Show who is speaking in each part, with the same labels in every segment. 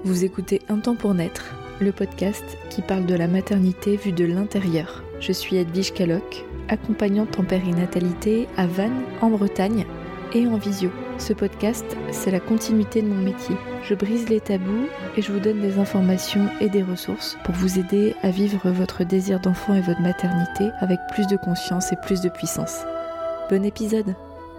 Speaker 1: Vous écoutez Un temps pour naître, le podcast qui parle de la maternité vue de l'intérieur. Je suis Edwige Caloc, accompagnante en périnatalité à Vannes, en Bretagne, et en visio. Ce podcast, c'est la continuité de mon métier. Je brise les tabous et je vous donne des informations et des ressources pour vous aider à vivre votre désir d'enfant et votre maternité avec plus de conscience et plus de puissance. Bon épisode!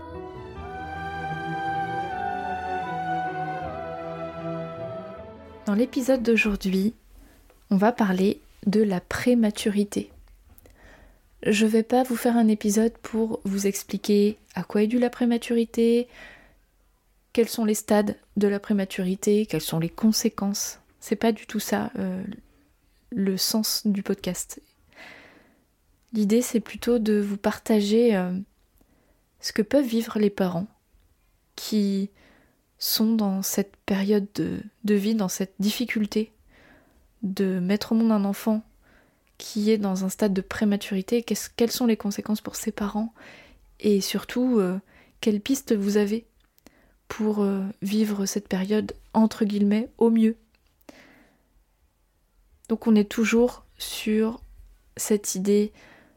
Speaker 1: Dans l'épisode d'aujourd'hui, on va parler de la prématurité. Je ne vais pas vous faire un épisode pour vous expliquer à quoi est due la prématurité, quels sont les stades de la prématurité, quelles sont les conséquences. C'est pas du tout ça le sens du podcast. L'idée, c'est plutôt de vous partager ce que peuvent vivre les parents qui sont dans cette période de vie, dans cette difficulté de mettre au monde un enfant qui est dans un stade de prématurité, quelles sont les conséquences pour ses parents et surtout quelles pistes vous avez pour vivre cette période entre guillemets au mieux. Donc on est toujours sur cette idée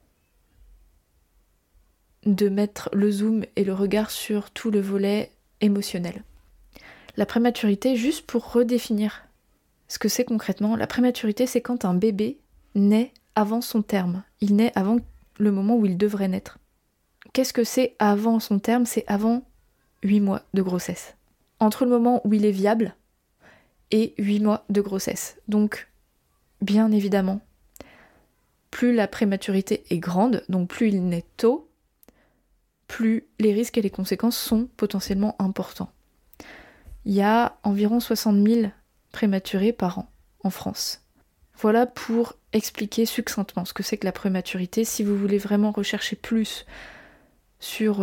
Speaker 1: de mettre le zoom et le regard sur tout le volet émotionnel. La prématurité, juste pour redéfinir ce que c'est concrètement, la prématurité, c'est quand un bébé naît avant son terme. Il naît avant le moment où il devrait naître. Qu'est-ce que c'est avant son terme ? C'est avant 8 mois de grossesse. Entre le moment où il est viable et 8 mois de grossesse. Donc, bien évidemment, plus la prématurité est grande, donc plus il naît tôt, plus les risques et les conséquences sont potentiellement importants. Il y a environ 60 000 prématurés par an en France. Voilà pour expliquer succinctement ce que c'est que la prématurité. Si vous voulez vraiment rechercher plus sur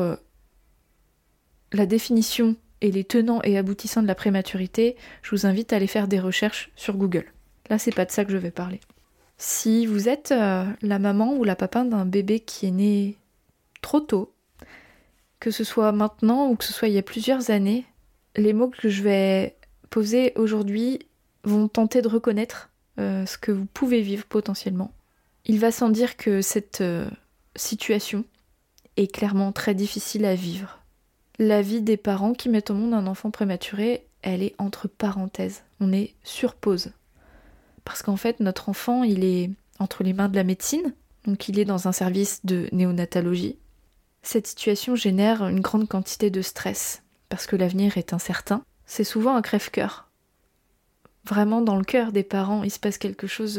Speaker 1: la définition et les tenants et aboutissants de la prématurité, je vous invite à aller faire des recherches sur Google. Là, c'est pas de ça que je vais parler. Si vous êtes la maman ou la papa d'un bébé qui est né trop tôt, que ce soit maintenant ou que ce soit il y a plusieurs années, les mots que je vais poser aujourd'hui vont tenter de reconnaître ce que vous pouvez vivre potentiellement. Il va sans dire que cette situation est clairement très difficile à vivre. La vie des parents qui mettent au monde un enfant prématuré, elle est entre parenthèses. On est sur pause. Parce qu'en fait, notre enfant, il est entre les mains de la médecine, donc il est dans un service de néonatologie. Cette situation génère une grande quantité de stress, parce que l'avenir est incertain. C'est souvent un crève-cœur. Vraiment, dans le cœur des parents, il se passe quelque chose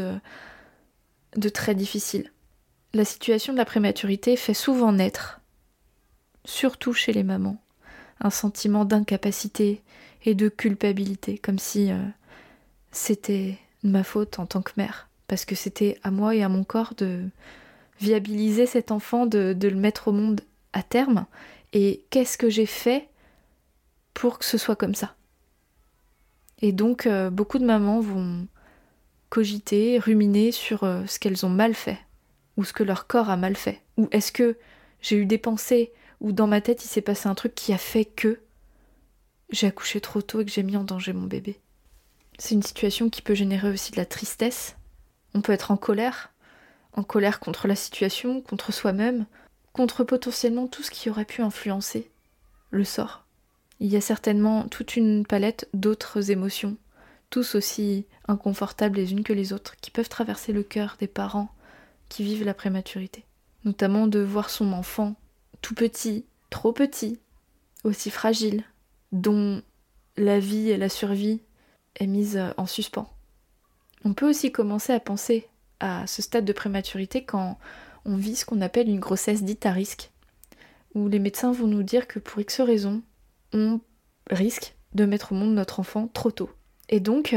Speaker 1: de très difficile. La situation de la prématurité fait souvent naître, surtout chez les mamans, un sentiment d'incapacité et de culpabilité, comme si c'était ma faute en tant que mère, parce que c'était à moi et à mon corps de viabiliser cet enfant, de le mettre au monde à terme, et qu'est-ce que j'ai fait pour que ce soit comme ça. Et donc, beaucoup de mamans vont cogiter, ruminer sur ce qu'elles ont mal fait, ou ce que leur corps a mal fait. Ou est-ce que j'ai eu des pensées, ou dans ma tête il s'est passé un truc qui a fait que j'ai accouché trop tôt et que j'ai mis en danger mon bébé. C'est une situation qui peut générer aussi de la tristesse. On peut être en colère contre la situation, contre soi-même, contre potentiellement tout ce qui aurait pu influencer le sort. Il y a certainement toute une palette d'autres émotions, tous aussi inconfortables les unes que les autres, qui peuvent traverser le cœur des parents qui vivent la prématurité. Notamment de voir son enfant tout petit, trop petit, aussi fragile, dont la vie et la survie est mise en suspens. On peut aussi commencer à penser à ce stade de prématurité quand on vit ce qu'on appelle une grossesse dite à risque, où les médecins vont nous dire que pour X raisons, on risque de mettre au monde notre enfant trop tôt. Et donc,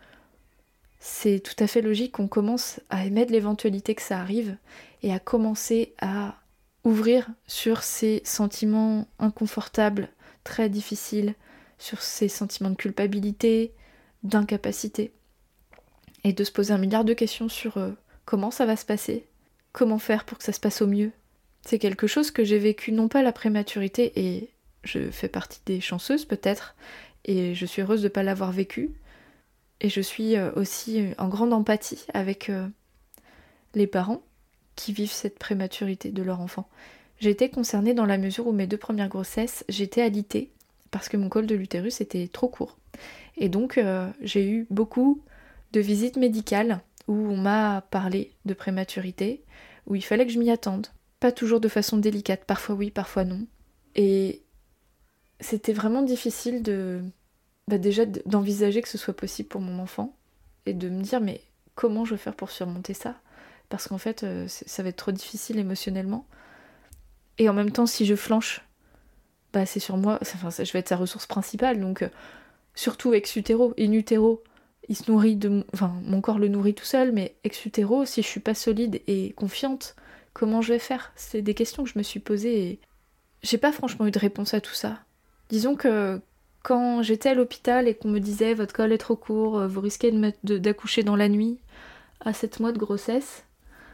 Speaker 1: c'est tout à fait logique qu'on commence à émettre l'éventualité que ça arrive et à commencer à ouvrir sur ces sentiments inconfortables, très difficiles, sur ces sentiments de culpabilité, d'incapacité. Et de se poser 1 milliard de questions sur comment ça va se passer, comment faire pour que ça se passe au mieux. C'est quelque chose que j'ai vécu non pas à la prématurité, et je fais partie des chanceuses peut-être, et je suis heureuse de ne pas l'avoir vécu. Et je suis aussi en grande empathie avec les parents qui vivent cette prématurité de leur enfant. J'ai été concernée dans la mesure où mes 2 premières grossesses, j'étais alitée parce que mon col de l'utérus était trop court. Et donc j'ai eu beaucoup de visites médicales où on m'a parlé de prématurité, où il fallait que je m'y attende. Pas toujours de façon délicate, parfois oui, parfois non. Et c'était vraiment difficile déjà d'envisager que ce soit possible pour mon enfant et de me dire mais comment je vais faire pour surmonter ça ? Parce qu'en fait ça va être trop difficile émotionnellement. Et en même temps si je flanche, c'est sur moi, je vais être sa ressource principale, donc surtout ex-utéro, in-utéro, il se nourrit mon corps le nourrit tout seul, mais ex-utéro, si je suis pas solide et confiante, comment je vais faire ? C'est des questions que je me suis posées et j'ai pas franchement eu de réponse à tout ça. Disons que quand j'étais à l'hôpital et qu'on me disait votre col est trop court, vous risquez d'accoucher dans la nuit à 7 mois de grossesse,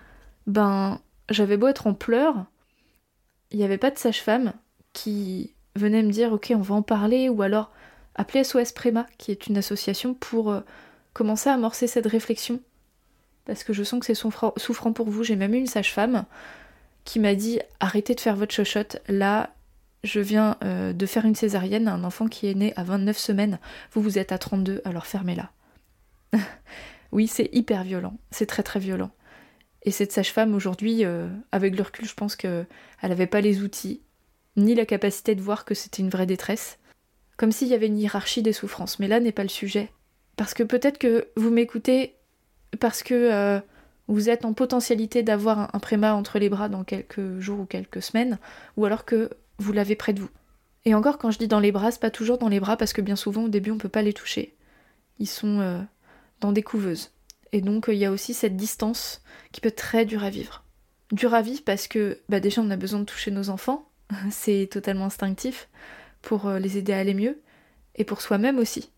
Speaker 1: j'avais beau être en pleurs, il n'y avait pas de sage-femme qui venait me dire ok on va en parler, ou alors appeler SOS Préma, qui est une association pour commencer à amorcer cette réflexion. Parce que je sens que c'est souffrant pour vous. J'ai même eu une sage-femme qui m'a dit arrêtez de faire votre chochotte, là je viens de faire une césarienne à un enfant qui est né à 29 semaines, vous êtes à 32, alors fermez-la. Oui, c'est hyper violent, c'est très très violent. Et cette sage-femme aujourd'hui, avec le recul, je pense qu'elle n'avait pas les outils, ni la capacité de voir que c'était une vraie détresse. Comme s'il y avait une hiérarchie des souffrances, mais là n'est pas le sujet. Parce que peut-être que vous m'écoutez parce que vous êtes en potentialité d'avoir un préma entre les bras dans quelques jours ou quelques semaines, ou alors que vous l'avez près de vous. Et encore, quand je dis dans les bras, c'est pas toujours dans les bras, parce que bien souvent, au début, on peut pas les toucher. Ils sont dans des couveuses. Et donc, il y a aussi cette distance qui peut être très dure à vivre. Dure à vivre parce que, déjà, on a besoin de toucher nos enfants, c'est totalement instinctif, pour les aider à aller mieux, et pour soi-même aussi.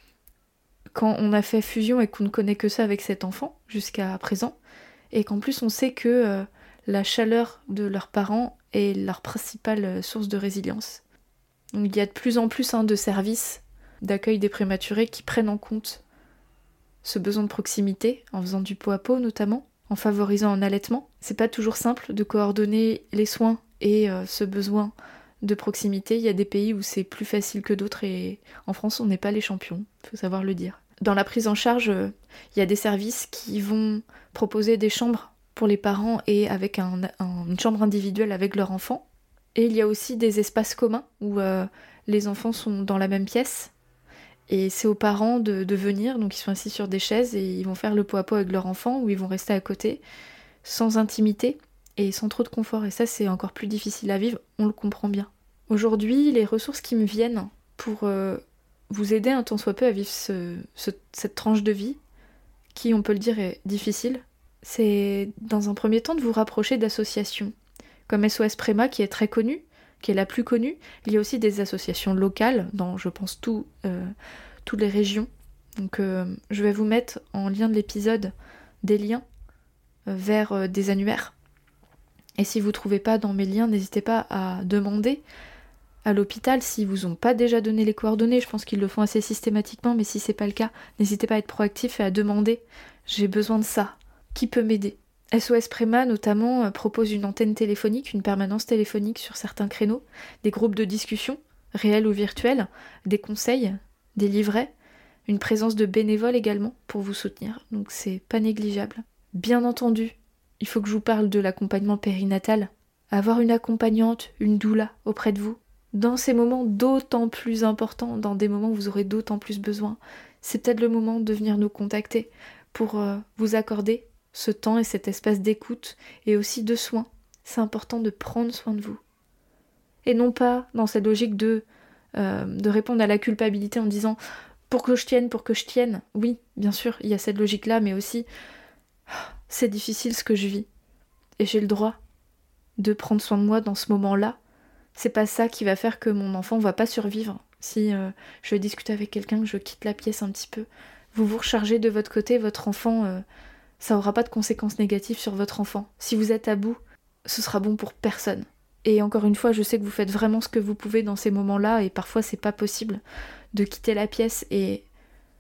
Speaker 1: Quand on a fait fusion et qu'on ne connaît que ça avec cet enfant, jusqu'à présent, et qu'en plus on sait que la chaleur de leurs parents est leur principale source de résilience. Donc il y a de plus en plus de services d'accueil des prématurés qui prennent en compte ce besoin de proximité, en faisant du pot à pot notamment, en favorisant un allaitement. C'est pas toujours simple de coordonner les soins et ce besoin de proximité. Il y a des pays où c'est plus facile que d'autres et en France on n'est pas les champions, faut savoir le dire. Dans la prise en charge, il y a des services qui vont proposer des chambres pour les parents et avec une chambre individuelle avec leur enfant. Et il y a aussi des espaces communs où les enfants sont dans la même pièce. Et c'est aux parents de venir, donc ils sont assis sur des chaises et ils vont faire le pot à pot avec leur enfant, ou ils vont rester à côté, sans intimité et sans trop de confort. Et ça, c'est encore plus difficile à vivre, on le comprend bien. Aujourd'hui, les ressources qui me viennent pour vous aider un tant soit peu à vivre cette tranche de vie, qui, on peut le dire, est difficile, c'est dans un premier temps de vous rapprocher d'associations, comme SOS Préma qui est très connue, qui est la plus connue. Il y a aussi des associations locales dans, je pense, toutes les régions. Donc je vais vous mettre en lien de l'épisode des liens vers des annuaires. Et si vous ne trouvez pas dans mes liens, n'hésitez pas à demander à l'hôpital s'ils vous ont pas déjà donné les coordonnées. Je pense qu'ils le font assez systématiquement, mais si c'est pas le cas, n'hésitez pas à être proactif et à demander « j'ai besoin de ça, qui peut m'aider ?» SOS Préma notamment propose une antenne téléphonique, une permanence téléphonique sur certains créneaux, des groupes de discussion, réels ou virtuels, des conseils, des livrets, une présence de bénévoles également pour vous soutenir, donc c'est pas négligeable. Bien entendu, il faut que je vous parle de l'accompagnement périnatal. Avoir une accompagnante, une doula auprès de vous, dans ces moments d'autant plus importants, dans des moments où vous aurez d'autant plus besoin, c'est peut-être le moment de venir nous contacter pour vous accorder ce temps et cet espace d'écoute et aussi de soins. C'est important de prendre soin de vous. Et non pas dans cette logique de répondre à la culpabilité en disant « pour que je tienne ». Oui, bien sûr, il y a cette logique-là, mais aussi « c'est difficile ce que je vis et j'ai le droit de prendre soin de moi dans ce moment-là ». C'est pas ça qui va faire que mon enfant va pas survivre. Si je discute avec quelqu'un, que je quitte la pièce un petit peu, vous vous rechargez de votre côté, votre enfant... ça aura pas de conséquences négatives sur votre enfant. Si vous êtes à bout, ce sera bon pour personne. Et encore une fois, je sais que vous faites vraiment ce que vous pouvez dans ces moments-là, et parfois c'est pas possible de quitter la pièce, et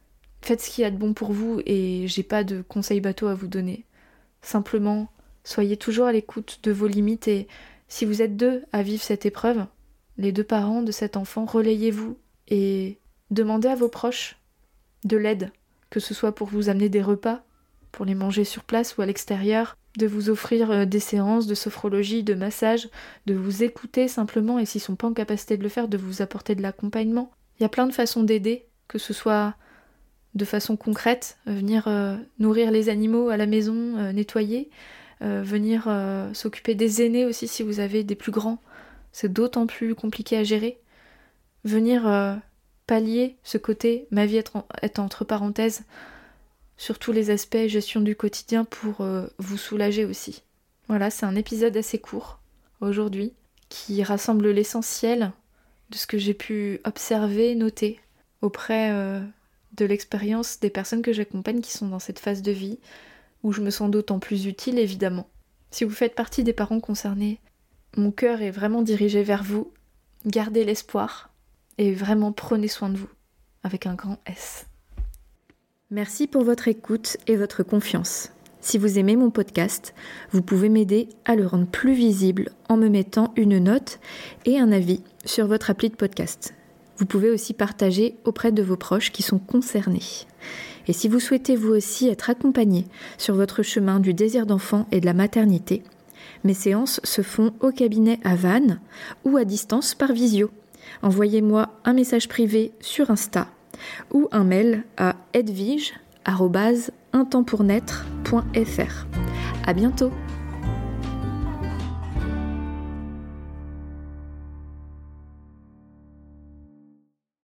Speaker 1: faites ce qu'il y a de bon pour vous et j'ai pas de conseils bateaux à vous donner. Simplement, soyez toujours à l'écoute de vos limites et si vous êtes 2 à vivre cette épreuve, les 2 parents de cet enfant, relayez-vous et demandez à vos proches de l'aide, que ce soit pour vous amener des repas, pour les manger sur place ou à l'extérieur, de vous offrir des séances de sophrologie, de massage, de vous écouter simplement et s'ils sont pas en capacité de le faire, de vous apporter de l'accompagnement. Il y a plein de façons d'aider, que ce soit de façon concrète, venir nourrir les animaux à la maison, nettoyer, venir s'occuper des aînés aussi si vous avez des plus grands, c'est d'autant plus compliqué à gérer. Venir pallier ce côté, ma vie est entre parenthèses, sur tous les aspects gestion du quotidien pour vous soulager aussi. Voilà, c'est un épisode assez court aujourd'hui qui rassemble l'essentiel de ce que j'ai pu observer, noter auprès de l'expérience des personnes que j'accompagne qui sont dans cette phase de vie où je me sens d'autant plus utile évidemment. Si vous faites partie des parents concernés, mon cœur est vraiment dirigé vers vous. Gardez l'espoir et vraiment prenez soin de vous avec un grand S. Merci pour votre écoute et votre confiance. Si vous aimez mon podcast, vous pouvez m'aider à le rendre plus visible en me mettant une note et un avis sur votre appli de podcast. Vous pouvez aussi partager auprès de vos proches qui sont concernés. Et si vous souhaitez vous aussi être accompagné sur votre chemin du désir d'enfant et de la maternité, mes séances se font au cabinet à Vannes ou à distance par visio. Envoyez-moi un message privé sur Insta ou un mail à edwige@untempournaître.fr. À bientôt!